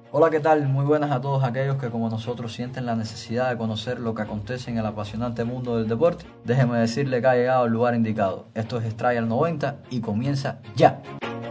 Hola, ¿qué tal? Muy buenas a todos aquellos que como nosotros sienten la necesidad de conocer lo que acontece en el apasionante mundo del deporte. Déjeme decirle que ha llegado al lugar indicado. Esto es Strike al 90 y comienza ya.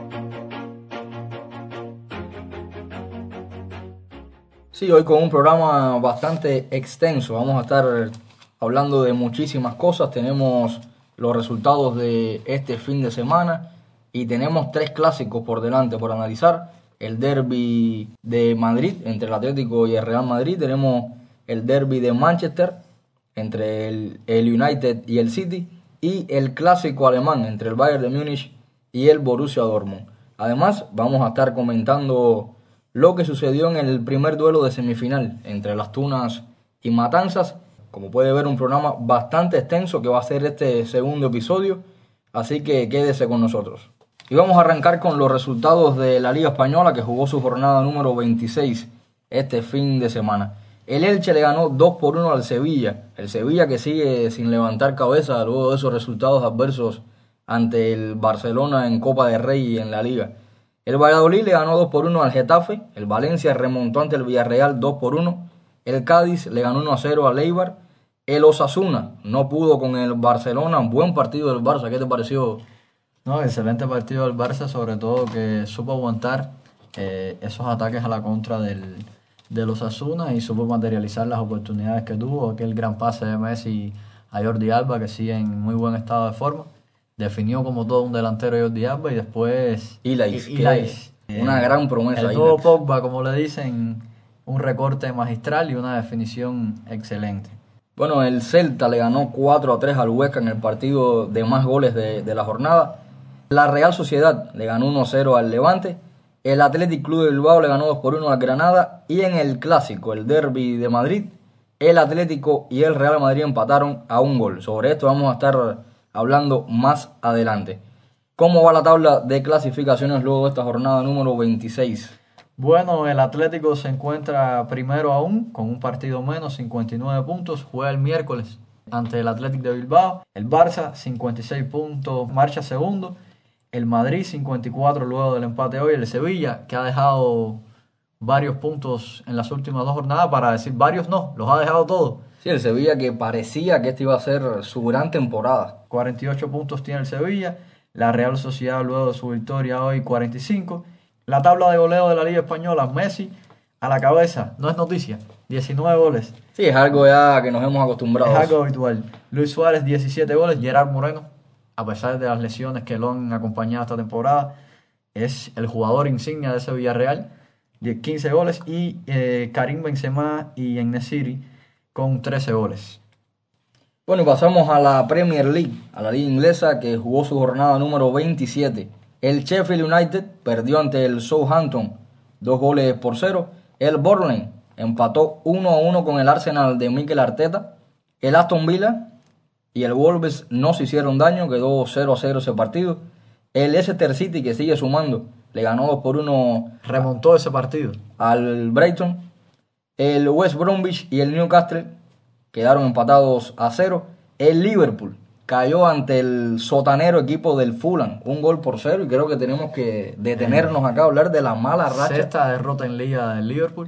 Sí, hoy con un programa bastante extenso. Vamos a estar hablando de muchísimas cosas. Tenemos los resultados de este fin de semana y tenemos tres clásicos por delante por analizar. El derbi de Madrid entre el Atlético y el Real Madrid. Tenemos el derbi de Manchester entre el United y el City. Y el clásico alemán entre el Bayern de Múnich y el Borussia Dortmund. Además, vamos a estar comentando lo que sucedió en el primer duelo de semifinal entre Las Tunas y Matanzas. Como puede ver, un programa bastante extenso que va a ser este segundo episodio, así que quédese con nosotros. Y vamos a arrancar con los resultados de la Liga Española, que jugó su jornada número 26 este fin de semana. El Elche le ganó 2-1 al Sevilla. El Sevilla que sigue sin levantar cabeza luego de esos resultados adversos ante el Barcelona en Copa del Rey y en la Liga. El Valladolid le ganó 2-1 al Getafe. El Valencia remontó ante el Villarreal 2-1. El Cádiz le ganó 1-0 al Eibar. El Osasuna no pudo con el Barcelona. Un buen partido del Barça. ¿Qué te pareció? No, excelente partido del Barça, sobre todo que supo aguantar esos ataques a la contra de los Osasuna y supo materializar las oportunidades que tuvo. Aquel gran pase de Messi a Jordi Alba, que sigue en muy buen estado de forma. Definió como todo un delantero Jordi Alba y después Ilais, una gran promesa. El nuevo Pogba, como le dicen, un recorte magistral y una definición excelente. Bueno, el Celta le ganó 4-3 al Huesca en el partido de más goles de la jornada. La Real Sociedad le ganó 1-0 al Levante. El Athletic Club de Bilbao le ganó 2-1 al Granada. Y en el clásico, el derbi de Madrid, el Atlético y el Real Madrid empataron a un gol. Sobre esto vamos a estar hablando más adelante. ¿Cómo va la tabla de clasificaciones luego de esta jornada número 26? Bueno, el Atlético se encuentra primero aún, con un partido menos, 59 puntos. Juega el miércoles ante el Athletic de Bilbao. El Barça, 56 puntos, marcha segundo. El Madrid, 54 luego del empate hoy. El Sevilla, que ha dejado varios puntos en las últimas dos jornadas, para decir varios no, los ha dejado todos. Sí, el Sevilla que parecía que esta iba a ser su gran temporada. 48 puntos tiene el Sevilla. La Real Sociedad luego de su victoria hoy 45. La tabla de goleo de la Liga Española, Messi a la cabeza, no es noticia, 19 goles. Sí, es algo ya que nos hemos acostumbrado. Es algo habitual. Luis Suárez 17 goles, Gerard Moreno, a pesar de las lesiones que lo han acompañado esta temporada, es el jugador insignia de ese Villarreal, 15 goles, y Karim Benzema y En-Nesyri con 13 goles. Bueno, y pasamos a la Premier League, a la liga inglesa que jugó su jornada número 27. El Sheffield United perdió ante el Southampton 2-0. El Burnley empató 1-1 con el Arsenal de Mikel Arteta. El Aston Villa y el Wolves no se hicieron daño, quedó 0-0 ese partido. El Leicester City, que sigue sumando, le ganó 2-1. Remontó ese partido Al Brighton. El West Bromwich y el Newcastle quedaron empatados a 0. El Liverpool cayó ante el sotanero equipo del Fulham, 1-0, y creo que tenemos que detenernos acá a hablar de la mala racha. Sexta derrota en liga del Liverpool.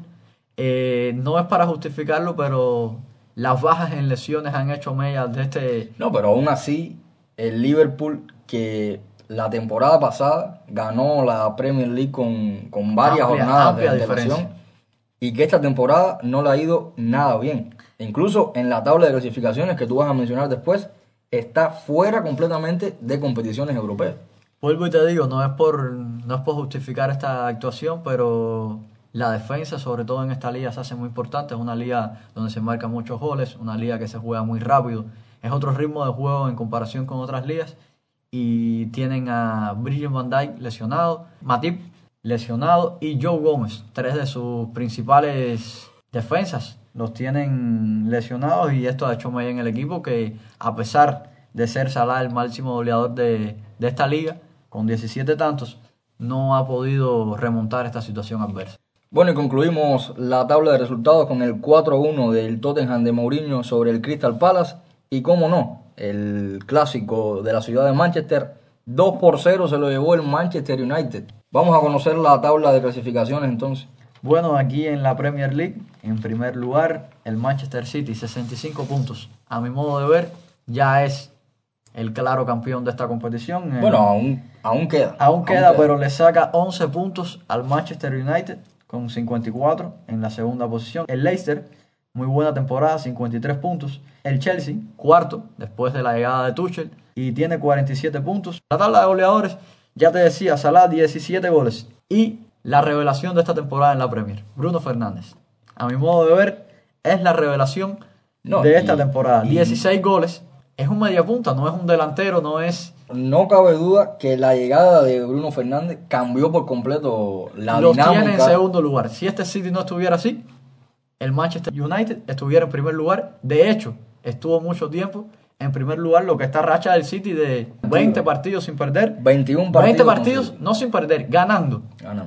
No es para justificarlo, pero las bajas en lesiones han hecho mellas de este... No, pero aún así, el Liverpool que la temporada pasada ganó la Premier League con varias jornadas de antelación, y que esta temporada no le ha ido nada bien. Incluso en la tabla de clasificaciones que tú vas a mencionar después, está fuera completamente de competiciones europeas. Vuelvo y te digo, no es por justificar esta actuación, pero la defensa, sobre todo en esta liga, se hace muy importante. Es una liga donde se marcan muchos goles, una liga que se juega muy rápido. Es otro ritmo de juego en comparación con otras ligas. Y tienen a Virgil van Dijk lesionado, Matip lesionado y Joe Gómez, tres de sus principales defensas los tienen lesionados, y esto ha hecho muy bien el equipo, que a pesar de ser Salah el máximo goleador de esta liga, con 17 tantos, no ha podido remontar esta situación adversa. Bueno, y concluimos la tabla de resultados con el 4-1 del Tottenham de Mourinho sobre el Crystal Palace, y cómo no, el clásico de la ciudad de Manchester, 2-0 se lo llevó el Manchester United. Vamos a conocer la tabla de clasificaciones entonces. Bueno, aquí en la Premier League, en primer lugar, el Manchester City, 65 puntos. A mi modo de ver, ya es el claro campeón de esta competición. Bueno, aún queda. Aún queda, pero le saca 11 puntos al Manchester United con 54 en la segunda posición. El Leicester, muy buena temporada, 53 puntos. El Chelsea, cuarto, después de la llegada de Tuchel, y tiene 47 puntos. La tabla de goleadores, ya te decía, Salah, 17 goles. Y la revelación de esta temporada en la Premier, Bruno Fernández. A mi modo de ver, es la revelación de esta temporada. 16 goles. Es un mediapunta, no es un delantero, no es... No cabe duda que la llegada de Bruno Fernández cambió por completo la dinámica. Los tiene en segundo lugar. Si este City no estuviera así, el Manchester United estuviera en primer lugar. De hecho, estuvo mucho tiempo en primer lugar, lo que está racha del City de 20 partidos sin perder. 21 partidos. 20 partidos no sin perder, ganando.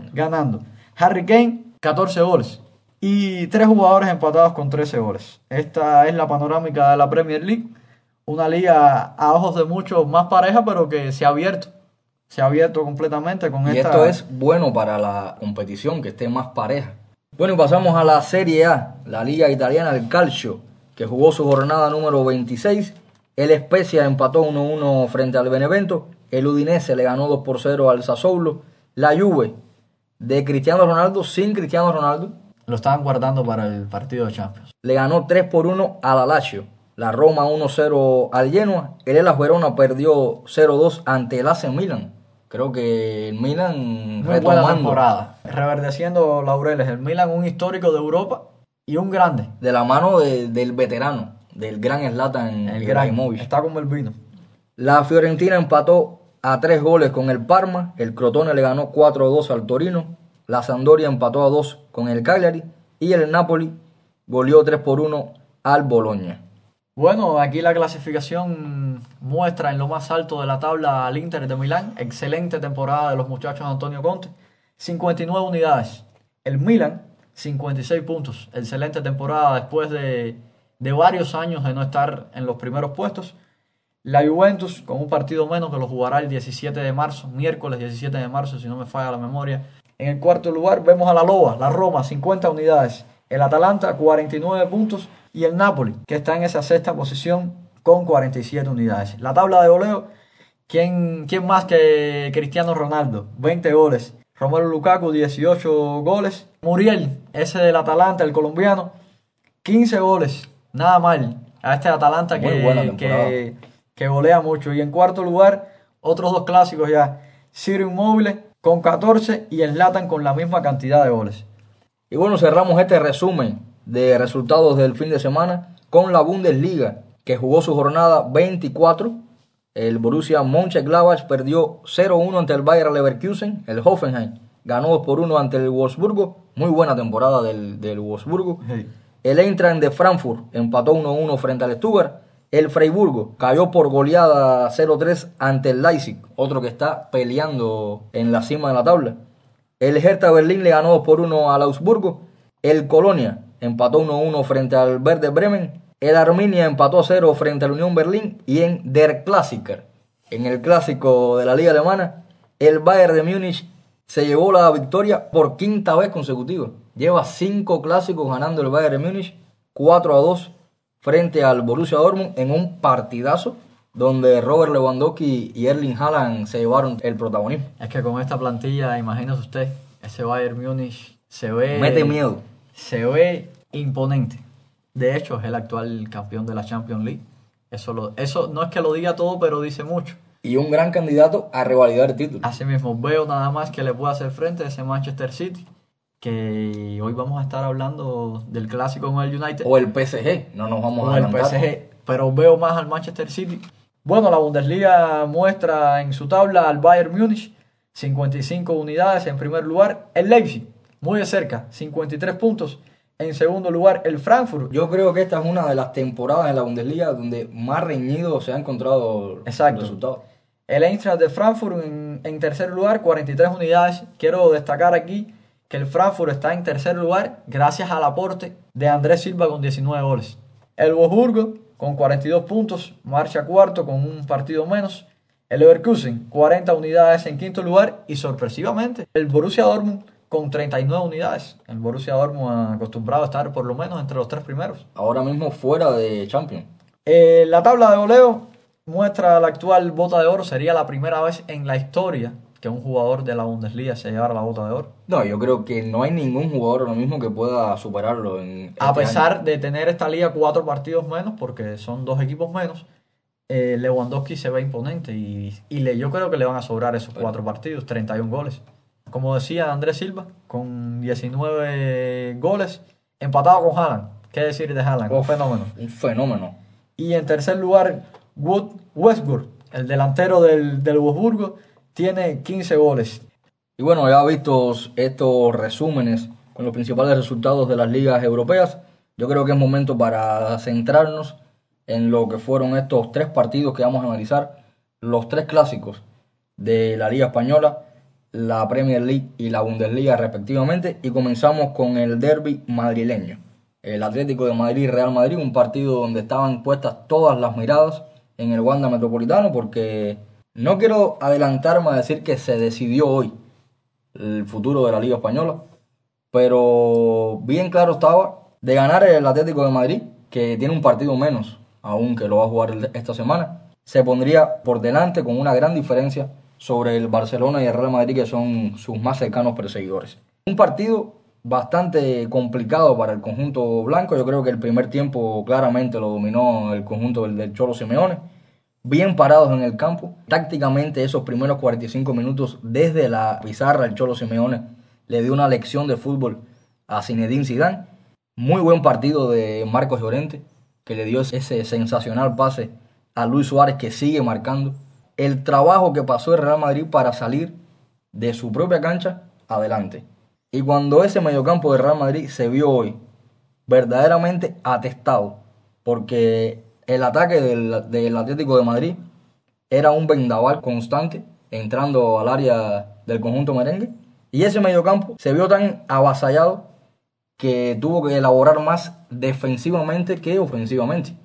Harry Kane, 14 goles. Y 3 jugadores empatados con 13 goles. Esta es la panorámica de la Premier League. Una liga a ojos de muchos más pareja, pero que se ha abierto. Se ha abierto completamente con esta... Y esto es bueno para la competición, que esté más pareja. Bueno, y pasamos a la Serie A, la liga italiana del Calcio, que jugó su jornada número 26. El Spezia empató 1-1 frente al Benevento. El Udinese le ganó 2-0 al Sassuolo. La Juve de Cristiano Ronaldo sin Cristiano Ronaldo. Lo estaban guardando para el partido de Champions. Le ganó 3-1 al Lazio. La Roma 1-0 al Genoa. El Hellas Verona perdió 0-2 ante el AC Milan. Creo que el Milan muy buena temporada. Reverdeciendo laureles. El Milan, un histórico de Europa y un grande. De la mano del veterano, del gran Zlatan Ibrahimovic. Está como el vino. La Fiorentina empató a 3 goles con el Parma. El Crotone le ganó 4-2 al Torino. La Sampdoria empató a 2 con el Cagliari. Y el Napoli goleó 3-1 al Bologna. Bueno, aquí la clasificación muestra en lo más alto de la tabla al Inter de Milán. Excelente temporada de los muchachos de Antonio Conte. 59 unidades. El Milan, 56 puntos. Excelente temporada después de varios años de no estar en los primeros puestos. La Juventus, con un partido menos, que lo jugará el 17 de marzo, miércoles 17 de marzo, si no me falla la memoria. En el cuarto lugar vemos a la Loba, la Roma, 50 unidades. El Atalanta, 49 puntos. Y el Napoli, que está en esa sexta posición con 47 unidades. La tabla de goleo, ¿quién más que Cristiano Ronaldo? 20 goles. Romelu Lukaku, 18 goles. Muriel, ese del Atalanta, el colombiano, 15 goles. Nada mal a este Atalanta que golea mucho. Y en cuarto lugar, otros dos clásicos ya. Ciro Immobile con 14 y Zlatan con la misma cantidad de goles. Y bueno, cerramos este resumen de resultados del fin de semana con la Bundesliga, que jugó su jornada 24. El Borussia Mönchengladbach perdió 0-1 ante el Bayer Leverkusen. El Hoffenheim ganó 2-1 ante el Wolfsburgo. Muy buena temporada del Wolfsburgo. Sí. El Eintracht de Frankfurt empató 1-1 frente al Stuttgart. El Freiburgo cayó por goleada 0-3 ante el Leipzig, otro que está peleando en la cima de la tabla. El Hertha Berlín le ganó 2-1 al Augsburgo. El Colonia empató 1-1 frente al Werder Bremen. El Arminia empató 0 frente al Unión Berlín. Y en Der Klassiker, en el clásico de la Liga Alemana, el Bayern de Múnich se llevó la victoria por quinta vez consecutiva. Lleva 5 clásicos ganando el Bayern de Múnich, 4-2 frente al Borussia Dortmund en un partidazo donde Robert Lewandowski y Erling Haaland se llevaron el protagonismo. Es que con esta plantilla, imagínese usted, ese Bayern Múnich se ve... Mete miedo. Se ve imponente. De hecho, es el actual campeón de la Champions League. Eso no es que lo diga todo, pero dice mucho. Y un gran candidato a revalidar el título. Así mismo, veo nada más que le puede hacer frente a ese Manchester City, que hoy vamos a estar hablando del clásico con el United. O el PSG, no nos vamos a adelantar. O el PSG, pero veo más al Manchester City. Bueno, la Bundesliga muestra en su tabla al Bayern Múnich, 55 unidades en primer lugar. El Leipzig, muy de cerca, 53 puntos. En segundo lugar, el Frankfurt. Yo creo que esta es una de las temporadas en la Bundesliga donde más reñido se ha encontrado el resultado. El Eintracht de Frankfurt en tercer lugar, 43 unidades. Quiero destacar aquí que el Frankfurt está en tercer lugar gracias al aporte de Andrés Silva con 19 goles. El Wolfsburgo con 42 puntos, marcha cuarto con un partido menos. El Leverkusen, 40 unidades en quinto lugar. Y sorpresivamente, el Borussia Dortmund con 39 unidades. El Borussia Dortmund acostumbrado a estar por lo menos entre los 3 primeros. Ahora mismo fuera de Champions. La tabla de goleo muestra la actual Bota de Oro. Sería la primera vez en la historia que un jugador de la Bundesliga se llevara la Bota de Oro. No, yo creo que no hay ningún jugador ahora mismo que pueda superarlo en A este pesar año. de tener esta liga 4 partidos menos, porque son 2 equipos menos, Lewandowski se ve imponente yo creo que le van a sobrar esos 4 partidos, 31 goles. Como decía Andrés Silva, con 19 goles, empatado con Haaland. ¿Qué decir de Haaland? Un fenómeno. Un fenómeno. Y en tercer lugar, Westbrook, el delantero del Wolfsburgo, tiene 15 goles. Y bueno, ya vistos estos resúmenes con los principales resultados de las ligas europeas, yo creo que es momento para centrarnos en lo que fueron estos 3 partidos que vamos a analizar, los 3 clásicos de la Liga Española, la Premier League y la Bundesliga respectivamente, y comenzamos con el derbi madrileño, el Atlético de Madrid-Real Madrid, un partido donde estaban puestas todas las miradas en el Wanda Metropolitano, porque no quiero adelantarme a decir que se decidió hoy el futuro de la Liga Española, pero bien claro estaba de ganar el Atlético de Madrid, que tiene un partido menos, aún que lo va a jugar esta semana, se pondría por delante con una gran diferencia sobre el Barcelona y el Real Madrid, que son sus más cercanos perseguidores. Un partido bastante complicado para el conjunto blanco. Yo creo que el primer tiempo claramente lo dominó el conjunto del Cholo Simeone. Bien parados en el campo. Tácticamente esos primeros 45 minutos desde la pizarra el Cholo Simeone le dio una lección de fútbol a Zinedine Zidane. Muy buen partido de Marcos Llorente, que le dio ese sensacional pase a Luis Suárez, que sigue marcando. El trabajo que pasó el Real Madrid para salir de su propia cancha adelante. Y cuando ese mediocampo de Real Madrid se vio hoy verdaderamente atestado, porque el ataque del Atlético de Madrid era un vendaval constante entrando al área del conjunto merengue, y ese mediocampo se vio tan avasallado que tuvo que elaborar más defensivamente que ofensivamente.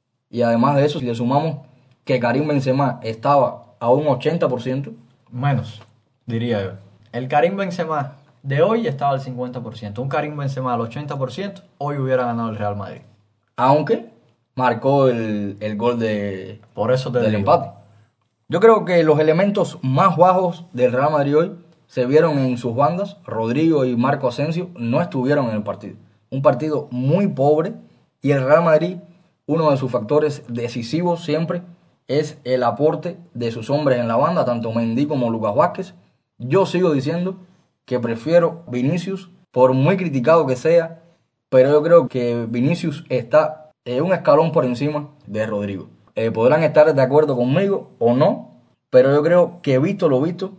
Y además de eso, si le sumamos que Karim Benzema estaba a un 80%. Menos, diría yo. El Karim Benzema de hoy estaba al 50%. Un Karim Benzema al 80%, hoy hubiera ganado el Real Madrid. Aunque marcó el gol Por eso del empate. Yo creo que los elementos más bajos del Real Madrid hoy se vieron en sus bandas. Rodrigo y Marco Asensio no estuvieron en el partido. Un partido muy pobre, y el Real Madrid, uno de sus factores decisivos siempre es el aporte de sus hombres en la banda, tanto Mendy como Lucas Vázquez. Yo sigo diciendo que prefiero Vinicius, por muy criticado que sea, pero yo creo que Vinicius está un escalón por encima de Rodrigo. Podrán estar de acuerdo conmigo o no, pero yo creo que visto lo visto,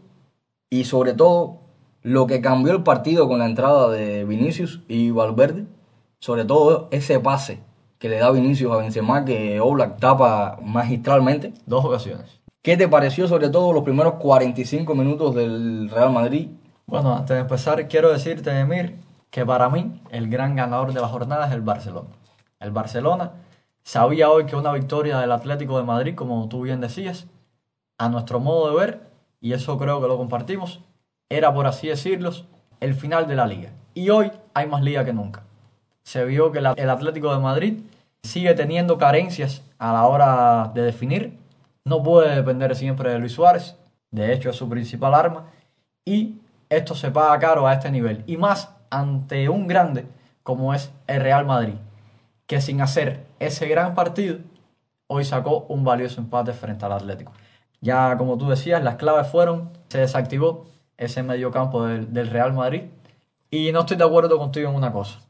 y sobre todo lo que cambió el partido con la entrada de Vinicius y Valverde, sobre todo ese pase que le da Vinicius a Benzema, que Oblak tapa magistralmente. 2 ocasiones. ¿Qué te pareció sobre todo los primeros 45 minutos del Real Madrid? Bueno, antes de empezar quiero decirte, Emir, que para mí el gran ganador de la jornada es el Barcelona. El Barcelona sabía hoy que una victoria del Atlético de Madrid, como tú bien decías, a nuestro modo de ver, y eso creo que lo compartimos, era, por así decirlo, el final de la liga. Y hoy hay más liga que nunca. Se vio que el Atlético de Madrid sigue teniendo carencias a la hora de definir. No puede depender siempre de Luis Suárez. De hecho, es su principal arma. Y esto se paga caro a este nivel. Y más ante un grande como es el Real Madrid, que sin hacer ese gran partido, hoy sacó un valioso empate frente al Atlético. Ya como tú decías, las claves fueron, se desactivó ese mediocampo del Real Madrid. Y no estoy de acuerdo contigo en una cosa.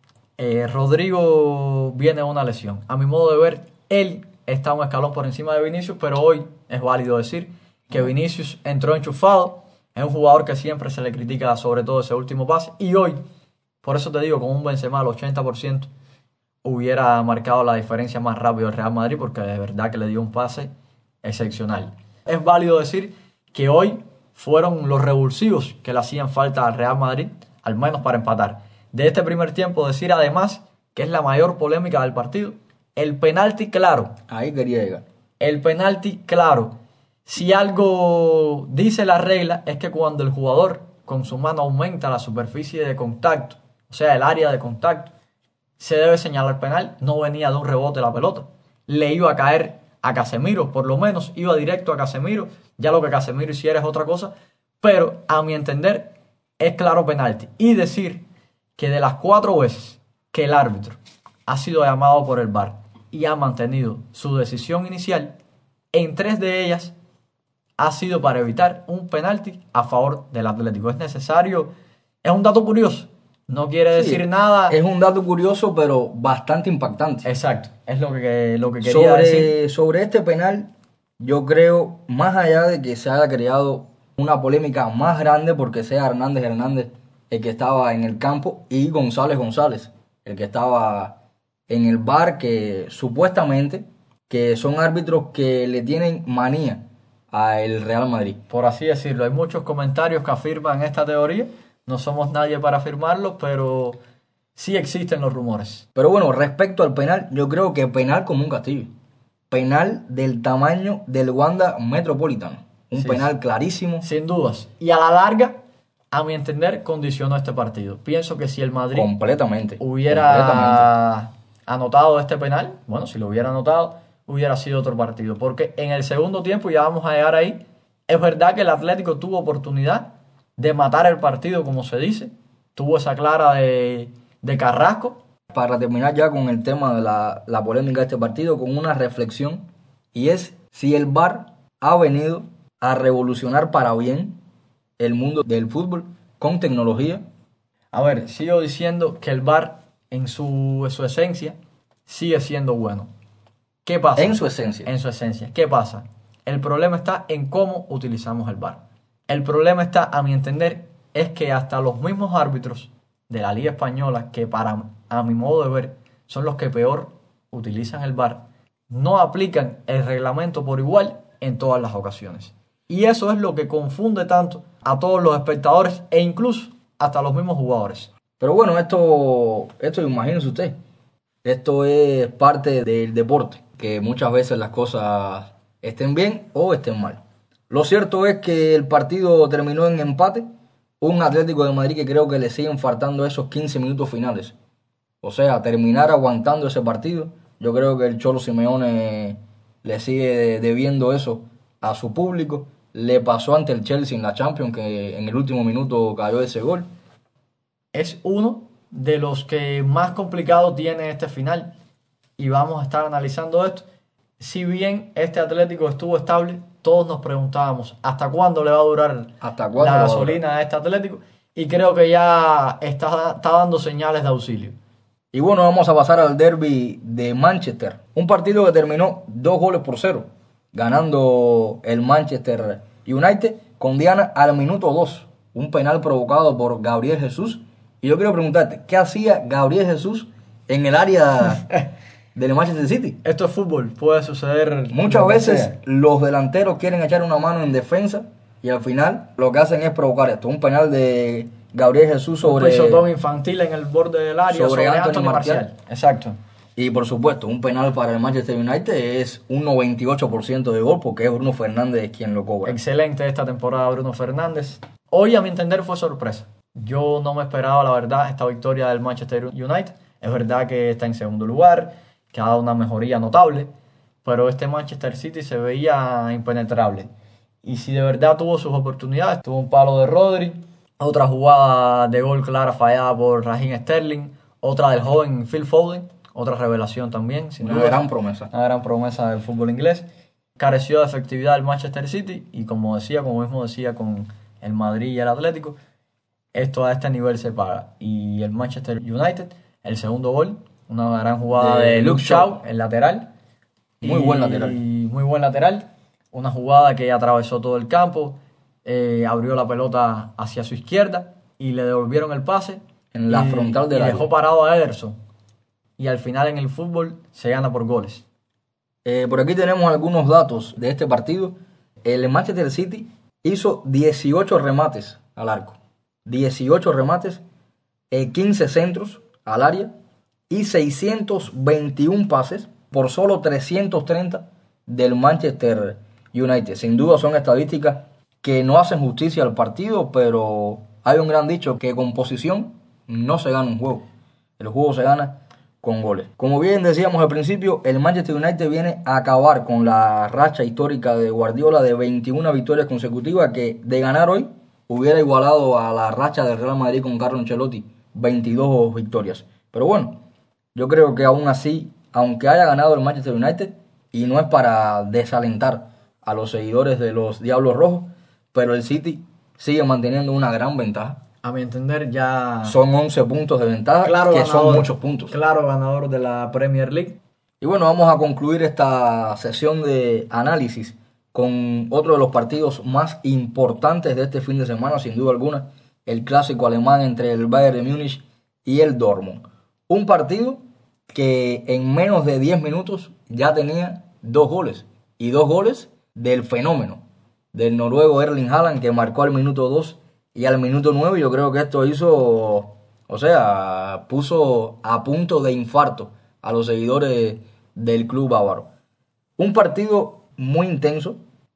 Rodrigo viene de una lesión. A mi modo de ver, él está un escalón por encima de Vinicius, pero hoy es válido decir que Vinicius entró enchufado. Es un jugador que siempre se le critica, sobre todo ese último pase. Y hoy, por eso te digo, con un Benzema al 80%, hubiera marcado la diferencia más rápido el Real Madrid, porque de verdad que le dio un pase excepcional. Es válido decir que hoy fueron los revulsivos que le hacían falta al Real Madrid, al menos para empatar. De este primer tiempo, decir además que es la mayor polémica del partido, el penalti claro. Ahí quería llegar. El penalti claro. Si algo dice la regla es que cuando el jugador con su mano aumenta la superficie de contacto, o sea, el área de contacto, se debe señalar penal. No venía de un rebote la pelota, le iba a caer a Casemiro, por lo menos iba directo a Casemiro. Ya lo que Casemiro hiciera es otra cosa, pero a mi entender es claro penalti. Y decir que de las 4 veces que el árbitro ha sido llamado por el VAR y ha mantenido su decisión inicial, en 3 de ellas ha sido para evitar un penalti a favor del Atlético. Es necesario, es un dato curioso, no quiere decir nada. Es un dato curioso, pero bastante impactante. Exacto, es lo que quería decir. Sobre este penal, yo creo, más allá de que se haya creado una polémica más grande porque sea Hernández el que estaba en el campo y González el que estaba en el VAR, que supuestamente que son árbitros que le tienen manía al Real Madrid. Por así decirlo, hay muchos comentarios que afirman esta teoría. No somos nadie para afirmarlo, pero sí existen los rumores. Pero bueno, respecto al penal, yo creo que penal como un castillo. Penal del tamaño del Wanda Metropolitano. Un penal clarísimo. Sin dudas. Y a la larga, a mi entender, condicionó este partido. Pienso que si el Madrid hubiera anotado este penal, bueno, si lo hubiera anotado, hubiera sido otro partido. Porque en el segundo tiempo, ya vamos a llegar ahí, es verdad que el Atlético tuvo oportunidad de matar el partido, como se dice. Tuvo esa clara de Carrasco. Para terminar ya con el tema de la polémica de este partido, con una reflexión, y es si el VAR ha venido a revolucionar para bien el mundo del fútbol con tecnología. A ver, sigo diciendo que el VAR en su esencia sigue siendo bueno. ¿Qué pasa? En su esencia. En su esencia. ¿Qué pasa? El problema está en cómo utilizamos el VAR. El problema está, a mi entender, es que hasta los mismos árbitros de la Liga Española, que a mi modo de ver son los que peor utilizan el VAR, no aplican el reglamento por igual en todas las ocasiones. Y eso es lo que confunde tanto a todos los espectadores e incluso hasta los mismos jugadores. Pero bueno, esto imagínense usted, esto es parte del deporte, que muchas veces las cosas estén bien o estén mal. Lo cierto es que el partido terminó en empate, un Atlético de Madrid que creo que le siguen faltando esos 15 minutos finales. O sea, terminar aguantando ese partido. Yo creo que el Cholo Simeone le sigue debiendo eso a su público. Le pasó ante el Chelsea en la Champions, que en el último minuto cayó ese gol. Es uno de los que más complicado tiene este final. Y vamos a estar analizando esto. Si bien este Atlético estuvo estable, todos nos preguntábamos ¿hasta cuándo le va a durar la gasolina a este Atlético? Y creo que ya está dando señales de auxilio. Y bueno, vamos a pasar al derbi de Manchester. Un partido que terminó 2-0, ganando el Manchester United con Diana al minuto 2. Un penal provocado por Gabriel Jesús. Y yo quiero preguntarte, ¿qué hacía Gabriel Jesús en el área del Manchester City? Esto es fútbol, puede suceder. Muchas veces los delanteros quieren echar una mano en defensa y al final lo que hacen es provocar esto. Un penal de Gabriel Jesús sobre un pisotón infantil en el borde del área sobre Anthony Martial. Exacto. Y por supuesto, un penal para el Manchester United es un 98% de gol porque es Bruno Fernández quien lo cobra. Excelente esta temporada Bruno Fernández. Hoy, a mi entender, fue sorpresa. Yo no me esperaba, la verdad, esta victoria del Manchester United. Es verdad que está en segundo lugar, que ha dado una mejoría notable, pero este Manchester City se veía impenetrable. Y si de verdad tuvo sus oportunidades, tuvo un palo de Rodri, otra jugada de gol clara fallada por Raheem Sterling, otra del joven Phil Foden, otra revelación también. Una gran promesa. Una gran promesa del fútbol inglés. Careció de efectividad el Manchester City y como mismo decía con el Madrid y el Atlético, esto a este nivel se paga. Y el Manchester United, el segundo gol, una gran jugada de Luke Shaw, el lateral. Muy buen lateral. Muy buen lateral. Una jugada que atravesó todo el campo, abrió la pelota hacia su izquierda y le devolvieron el pase. En la frontal del área. Y dejó parado a Ederson. Y al final en el fútbol se gana por goles. Por aquí tenemos algunos datos de este partido. El Manchester City hizo 18 remates al arco. 18 remates, 15 centros al área y 621 pases por solo 330 del Manchester United. Sin duda son estadísticas que no hacen justicia al partido, pero Hay un gran dicho que con posición no se gana un juego. El juego se gana con goles. Como bien decíamos al principio, el Manchester United viene a acabar con la racha histórica de Guardiola de 21 victorias consecutivas, que de ganar hoy hubiera igualado a la racha del Real Madrid con Carlo Ancelotti, 22 victorias. Pero bueno, yo creo que aún así, aunque haya ganado el Manchester United, y no es para desalentar a los seguidores de los Diablos Rojos, pero el City sigue manteniendo una gran ventaja. A mi entender ya... Son 11 puntos de ventaja, claro que ganador, son muchos puntos. Claro ganador de la Premier League. Y bueno, vamos a concluir esta sesión de análisis con otro de los partidos más importantes de este fin de semana, sin duda alguna, el clásico alemán entre el Bayern de Múnich y el Dortmund. Un partido que en menos de 10 minutos ya tenía 2 goles, y 2 goles del fenómeno, del noruego Erling Haaland, que marcó al minuto 2 y al minuto 9. Yo creo que esto puso a punto de infarto a los seguidores del club bávaro. Un partido muy intenso,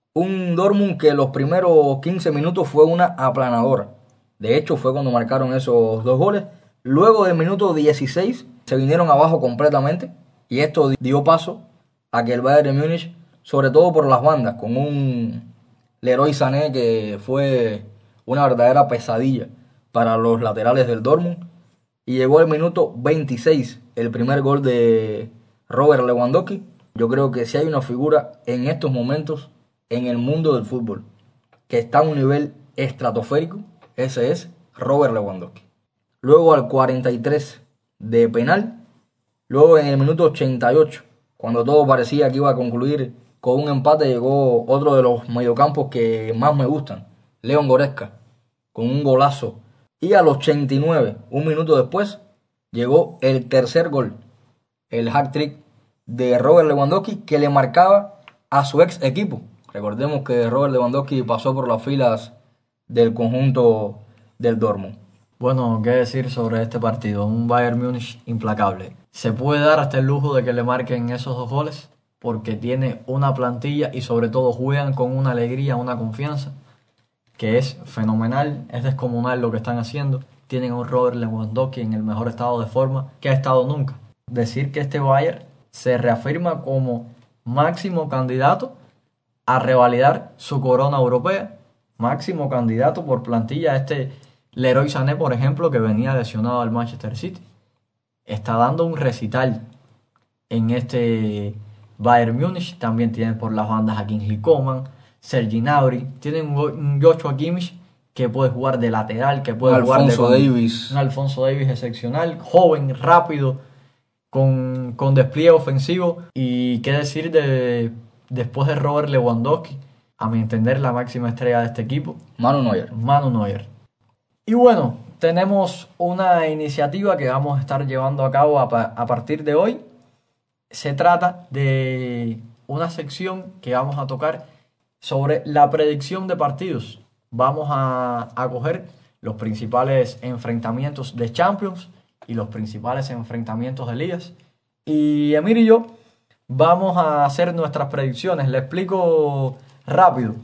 un Dortmund que los primeros 15 minutos fue una aplanadora. De hecho, fue cuando marcaron esos 2 goles. Luego del minuto 16 se vinieron abajo completamente, y esto dio paso a que el Bayern de Múnich, sobre todo por las bandas, con un Leroy Sané que fue una verdadera pesadilla para los laterales del Dortmund, y llegó al minuto 26 el primer gol de Robert Lewandowski. Yo creo que si hay una figura en estos momentos en el mundo del fútbol que está a un nivel estratosférico, ese es Robert Lewandowski. Luego al 43 de penal, luego en el minuto 88, cuando todo parecía que iba a concluir con un empate, llegó otro de los mediocampos que más me gustan, Leon Goretzka, con un golazo. Y al 89, un minuto después, llegó el tercer gol, el hat-trick de Robert Lewandowski, que le marcaba a su ex equipo. Recordemos que Robert Lewandowski pasó por las filas del conjunto del Dortmund. Bueno, qué decir sobre este partido. Un Bayern Múnich implacable. Se puede dar hasta el lujo de que le marquen esos 2 goles, porque tiene una plantilla y sobre todo juegan con una alegría, una confianza que es fenomenal, es descomunal lo que están haciendo. Tienen a un Robert Lewandowski en el mejor estado de forma que ha estado nunca. Decir que este Bayern se reafirma como máximo candidato a revalidar su corona europea, máximo candidato por plantilla. Este Leroy Sané, por ejemplo, que venía lesionado al Manchester City, está dando un recital en este Bayern Múnich. También tienen por las bandas a Kingsley Coman, Sergi Gnabry, tienen un Joshua Kimmich que puede jugar de lateral, que puede jugar Alphonso Davies. Un Alphonso Davies excepcional, joven, rápido, con despliegue ofensivo. Y qué decir después de Robert Lewandowski, a mi entender la máxima estrella de este equipo, Manu Neuer. Y bueno, tenemos una iniciativa que vamos a estar llevando a cabo a partir de hoy. Se trata de una sección que vamos a tocar sobre la predicción de partidos. Vamos a coger los principales enfrentamientos de Champions y los principales enfrentamientos de ligas. Y Emir y yo vamos a hacer nuestras predicciones. Le explico rápido.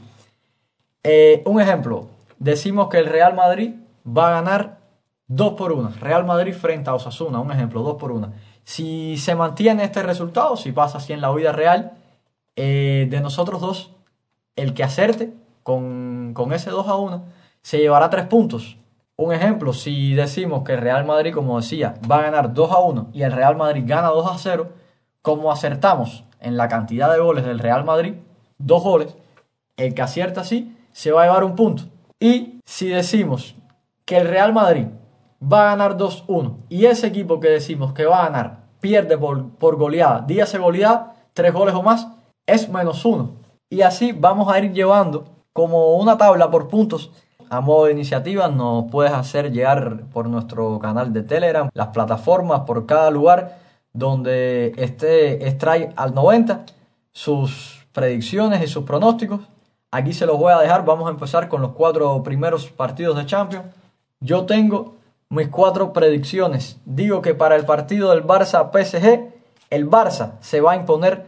Un ejemplo. Decimos que el Real Madrid va a ganar 2-1. Real Madrid frente a Osasuna. Un ejemplo, 2-1. Si se mantiene este resultado, si pasa así en la vida real, de nosotros dos, el que acerte con ese 2-1 se llevará 3 puntos. Un ejemplo, si decimos que el Real Madrid, como decía, va a ganar 2-1 y el Real Madrid gana 2-0, como acertamos en la cantidad de goles del Real Madrid, 2 goles, el que acierta así se va a llevar 1 punto. Y si decimos que el Real Madrid va a ganar 2-1 y ese equipo que decimos que va a ganar pierde por goleada, dígase goleada, 3 goles o más, es -1. Y así vamos a ir llevando como una tabla por puntos. A modo de iniciativa nos puedes hacer llegar por nuestro canal de Telegram las plataformas por cada lugar donde esté Strike al 90, sus predicciones y sus pronósticos. Aquí se los voy a dejar. Vamos a empezar con los 4 primeros partidos de Champions. Yo tengo mis 4 predicciones. Digo que para el partido del Barça-PSG, el Barça se va a imponer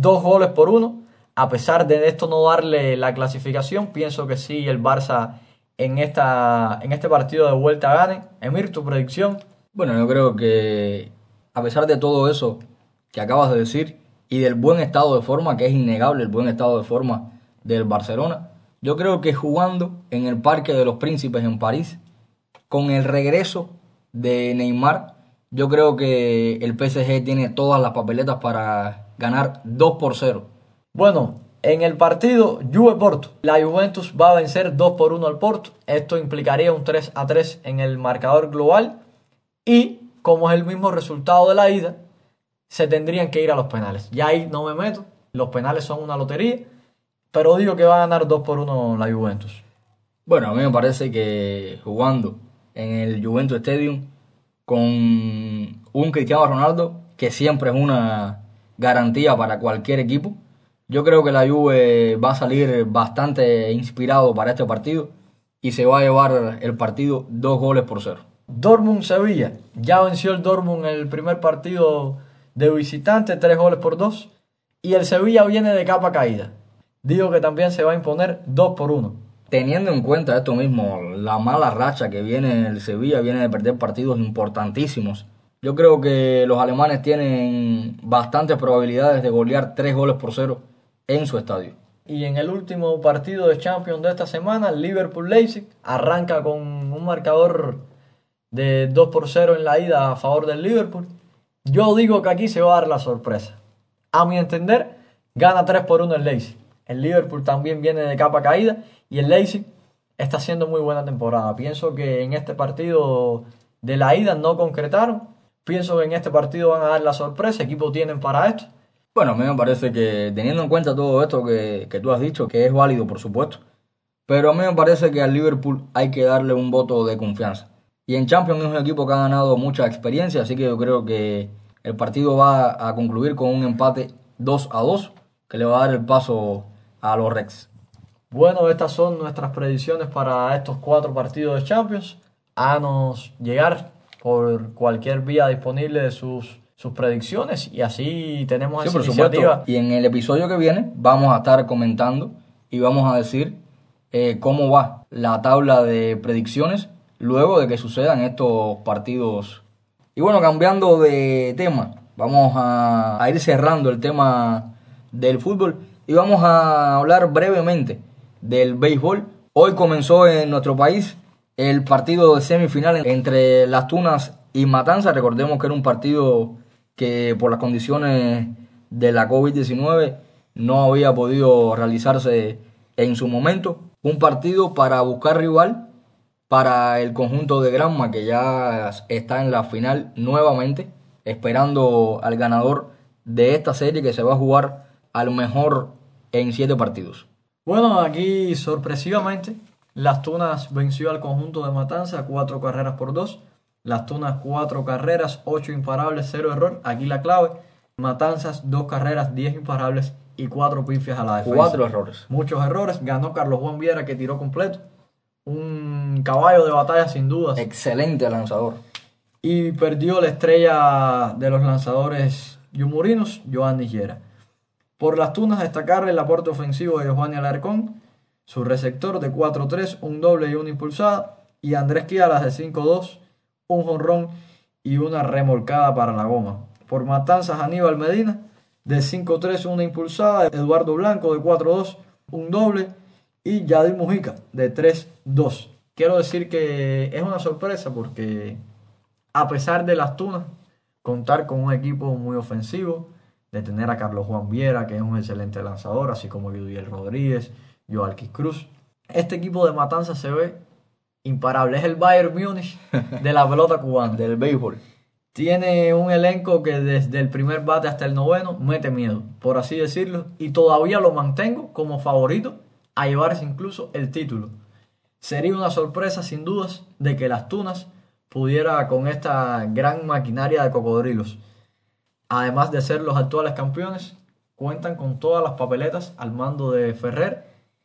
2-1. A pesar de esto no darle la clasificación, pienso que sí, el Barça en este partido de vuelta gane. Emir, tu predicción. Bueno, yo creo que a pesar de todo eso que acabas de decir y del buen estado de forma, que es innegable el buen estado de forma del Barcelona, yo creo que jugando en el Parque de los Príncipes en París, con el regreso de Neymar, yo creo que el PSG tiene todas las papeletas para ganar 2-0. Bueno, en el partido Juve-Porto, la Juventus va a vencer 2-1 al Porto. Esto implicaría un 3-3 en el marcador global. Y como es el mismo resultado de la ida, se tendrían que ir a los penales. Ya ahí no me meto. Los penales son una lotería. Pero digo que va a ganar 2-1 la Juventus. Bueno, a mí me parece que jugando en el Juventus Stadium con un Cristiano Ronaldo, que siempre es una garantía para cualquier equipo, yo creo que la Juve va a salir bastante inspirado para este partido y se va a llevar el partido 2-0. Dortmund-Sevilla. Ya venció el Dortmund en el primer partido de visitante, 3-2. Y el Sevilla viene de capa caída. Digo que también se va a imponer 2-1. Teniendo en cuenta esto mismo, la mala racha que viene el Sevilla, viene de perder partidos importantísimos. Yo creo que los alemanes tienen bastantes probabilidades de golear 3-0 en su estadio. Y en el último partido de Champions de esta semana, Liverpool-Leipzig arranca con un marcador de 2-0 en la ida a favor del Liverpool. Yo digo que aquí se va a dar la sorpresa. A mi entender, gana 3-1 el Leipzig. El Liverpool también viene de capa caída y el Leipzig está haciendo muy buena temporada. Pienso que en este partido de la ida no concretaron. Pienso que en este partido van a dar la sorpresa. Equipo tienen para esto. Bueno, a mí me parece que teniendo en cuenta todo esto que tú has dicho, que es válido por supuesto, pero a mí me parece que al Liverpool hay que darle un voto de confianza. Y en Champions es un equipo que ha ganado mucha experiencia, así que yo creo que el partido va a concluir con un empate 2-2, que le va a dar el paso a los Reds. Bueno, estas son nuestras predicciones para estos 4 partidos de Champions. Háganos llegar por cualquier vía disponible de sus predicciones y así tenemos esa iniciativa. Supuesto. Y en el episodio que viene vamos a estar comentando y vamos a decir cómo va la tabla de predicciones luego de que sucedan estos partidos. Y bueno, cambiando de tema, vamos a ir cerrando el tema del fútbol y vamos a hablar brevemente del béisbol. Hoy comenzó en nuestro país el partido de semifinal entre Las Tunas y Matanzas. Recordemos que era un partido que por las condiciones de la COVID-19 no había podido realizarse en su momento. Un partido para buscar rival para el conjunto de Granma, que ya está en la final nuevamente, esperando al ganador de esta serie que se va a jugar al mejor en 7 partidos. Bueno, aquí sorpresivamente Las Tunas venció al conjunto de Matanzas 4 carreras por 2. Las Tunas 4 carreras, 8 imparables, 0 error. Aquí la clave, Matanzas 2 carreras, 10 imparables y 4 pifias a la defensa. 4 errores. Muchos errores. Ganó Carlos Juan Viera, que tiró completo. Un caballo de batalla sin dudas. Excelente lanzador. Y perdió la estrella de los lanzadores yumurinos, Joanny Llera. Por Las Tunas destacar el aporte ofensivo de Giovanni Alarcón, su receptor de 4-3, un doble y una impulsada, y Andrés Quialas de 5-2, un jonrón y una remolcada para la goma. Por Matanzas, Aníbal Medina de 5-3, una impulsada, Eduardo Blanco de 4-2, un doble, y Yadir Mujica de 3-2. Quiero decir que es una sorpresa porque a pesar de Las Tunas contar con un equipo muy ofensivo, de tener a Carlos Juan Viera, que es un excelente lanzador, así como Yudiel Rodríguez, Joalquis Cruz, este equipo de Matanzas se ve imparable. Es el Bayern Múnich de la pelota cubana, del béisbol. Tiene un elenco que desde el primer bate hasta el noveno mete miedo, por así decirlo, y todavía lo mantengo como favorito a llevarse incluso el título. Sería una sorpresa sin dudas de que Las Tunas pudiera con esta gran maquinaria de cocodrilos, además de ser los actuales campeones, cuentan con todas las papeletas al mando de Ferrer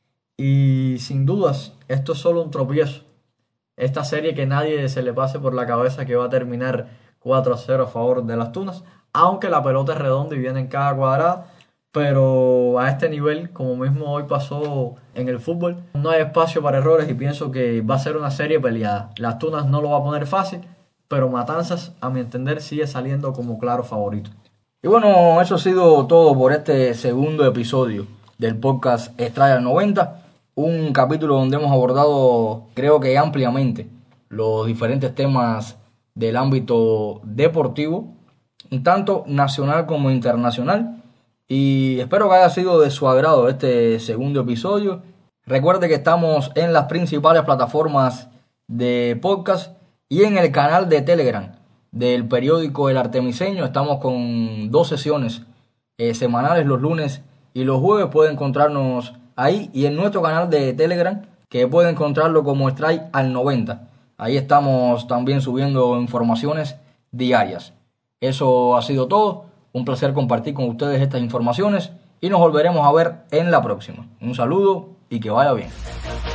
y sin dudas esto es solo un tropiezo. Esta serie que nadie se le pase por la cabeza que va a terminar 4-0 a favor de Las Tunas, aunque la pelota es redonda y viene en cada cuadrada, pero a este nivel, como mismo hoy pasó en el fútbol, no hay espacio para errores y pienso que va a ser una serie peleada. Las Tunas no lo va a poner fácil, pero Matanzas, a mi entender, sigue saliendo como claro favorito. Y bueno, eso ha sido todo por este segundo episodio del podcast Estrella 90, un capítulo donde hemos abordado, creo que ampliamente, los diferentes temas del ámbito deportivo, tanto nacional como internacional, y espero que haya sido de su agrado este segundo episodio. Recuerde que estamos en las principales plataformas de podcast y en el canal de Telegram del periódico El Artemiseño. Estamos con 2 sesiones semanales los lunes y los jueves. Puede encontrarnos ahí y en nuestro canal de Telegram, que puede encontrarlo como Strike al 90. Ahí estamos también subiendo informaciones diarias. Eso ha sido todo. Un placer compartir con ustedes estas informaciones y nos volveremos a ver en la próxima. Un saludo y que vaya bien.